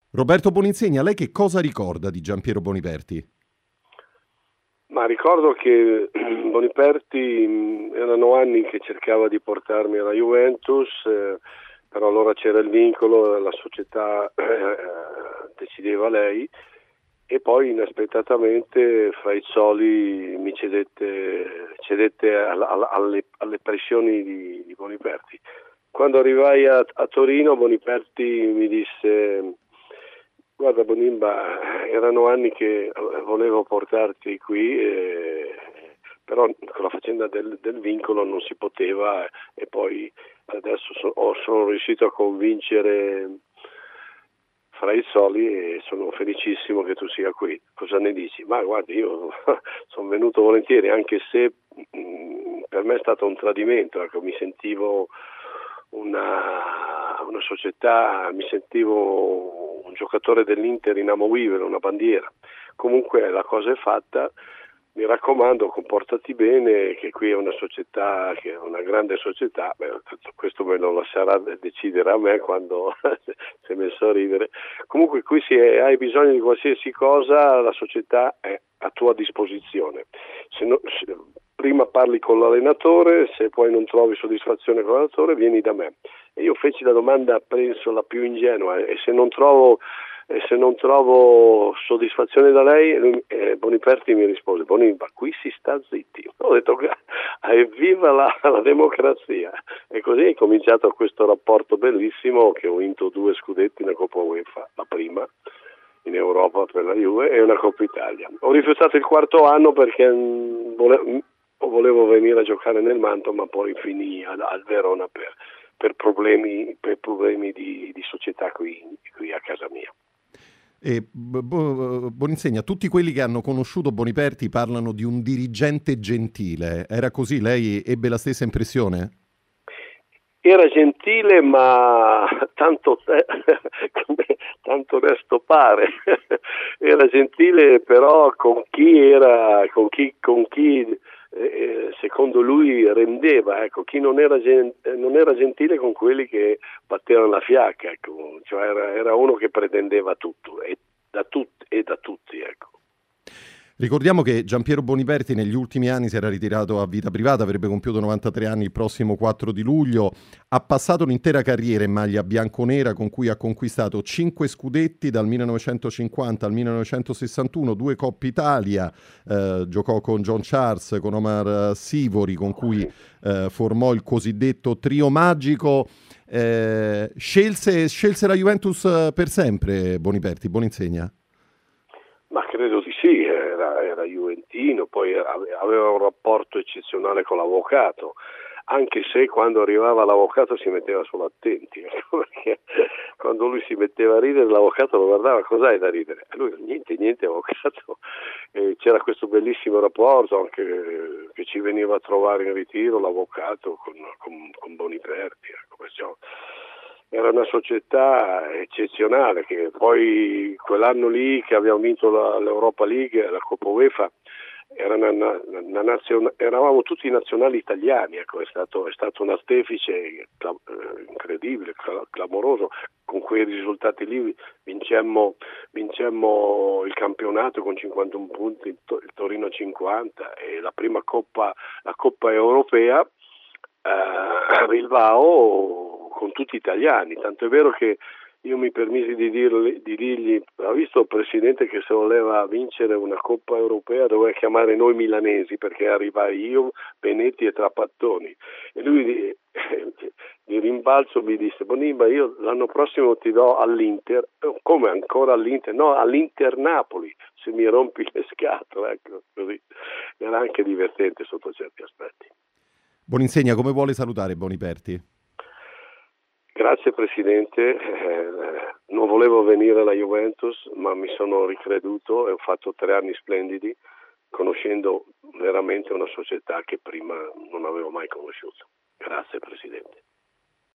Roberto Boninsegna, lei che cosa ricorda di Giampiero Boniperti? Ma ricordo che Boniperti erano anni che cercava di portarmi alla Juventus, però allora c'era il vincolo, la società decideva lei e poi inaspettatamente Fraizzoli mi cedette alle pressioni di Boniperti. Quando arrivai a Torino, Boniperti mi disse: guarda Bonimba, erano anni che volevo portarti qui, però con la faccenda del vincolo non si poteva, e poi adesso sono riuscito a convincere Fraizzoli e sono felicissimo che tu sia qui. Cosa ne dici? Ma guardi, io sono venuto volentieri, anche se per me è stato un tradimento, ecco, mi sentivo una società, mi sentivo un giocatore dell'Inter inamovibile, una bandiera. Comunque la cosa è fatta, mi raccomando, comportati bene, che qui è una società, che è una grande società. Questo me lo lascerà decidere a me quando si è messo a ridere. Comunque qui hai bisogno di qualsiasi cosa, la società è a tua disposizione. Prima parli con l'allenatore, se poi non trovi soddisfazione con l'allenatore vieni da me. E io feci la domanda, penso, la più ingenua, e se non trovo soddisfazione da lei, Boniperti mi rispose: Bonimba, qui si sta zitti. Ho detto: evviva la democrazia. E così è cominciato questo rapporto bellissimo, che ho vinto 2 scudetti, una Coppa UEFA, la prima in Europa per la Juve e una Coppa Italia. Ho rifiutato il 4º anno perché volevo venire a giocare nel Manto, ma poi finì al Verona per problemi di società qui a casa mia. E Boninsegna, tutti quelli che hanno conosciuto Boniperti parlano di un dirigente gentile. Era così? Lei ebbe la stessa impressione? Era gentile, ma tanto resto pare. Era gentile, però con chi secondo lui rendeva, ecco. Chi non era gentile con quelli che battevano la fiacca, ecco. Cioè era uno che pretendeva tutto e da tutti, ecco. Ricordiamo che Giampiero Boniperti negli ultimi anni si era ritirato a vita privata, avrebbe compiuto 93 anni il prossimo 4 di luglio, ha passato un'intera carriera in maglia bianconera con cui ha conquistato 5 scudetti dal 1950 al 1961, 2 Coppe Italia, giocò con John Charles, con Omar Sivori, con cui formò il cosiddetto trio magico. Scelse la Juventus per sempre Boniperti, Boninsegna? Ma credo di sì, era juventino, poi aveva un rapporto eccezionale con l'avvocato, anche se quando arrivava l'avvocato si metteva solo attenti, perché quando lui si metteva a ridere l'avvocato lo guardava: cos'hai da ridere? E lui: niente avvocato. E c'era questo bellissimo rapporto anche che ci veniva a trovare in ritiro l'avvocato con Boniperti, ecco, perciò era una società eccezionale, che poi quell'anno lì che abbiamo vinto l'Europa League, la Coppa UEFA, eravamo tutti nazionali italiani, ecco. È stato un artefice incredibile, clamoroso. Con quei risultati lì vincemmo il campionato con 51 punti, il Torino 50, e la prima Coppa Europea a Bilbao con tutti italiani, tanto è vero che io mi permisi di dirgli: ha visto il presidente che se voleva vincere una Coppa Europea doveva chiamare noi milanesi, perché arrivai io, Benetti e Trapattoni. E lui di rimbalzo mi disse: Bonimba, io l'anno prossimo ti do all'Inter. Come, ancora all'Inter? No, all'Inter Napoli, se mi rompi le scatole, ecco, così. Era anche divertente sotto certi aspetti. Boninsegna, come vuole salutare Boniperti? Grazie Presidente, non volevo venire alla Juventus, ma mi sono ricreduto e ho fatto 3 anni splendidi, conoscendo veramente una società che prima non avevo mai conosciuto. Grazie Presidente.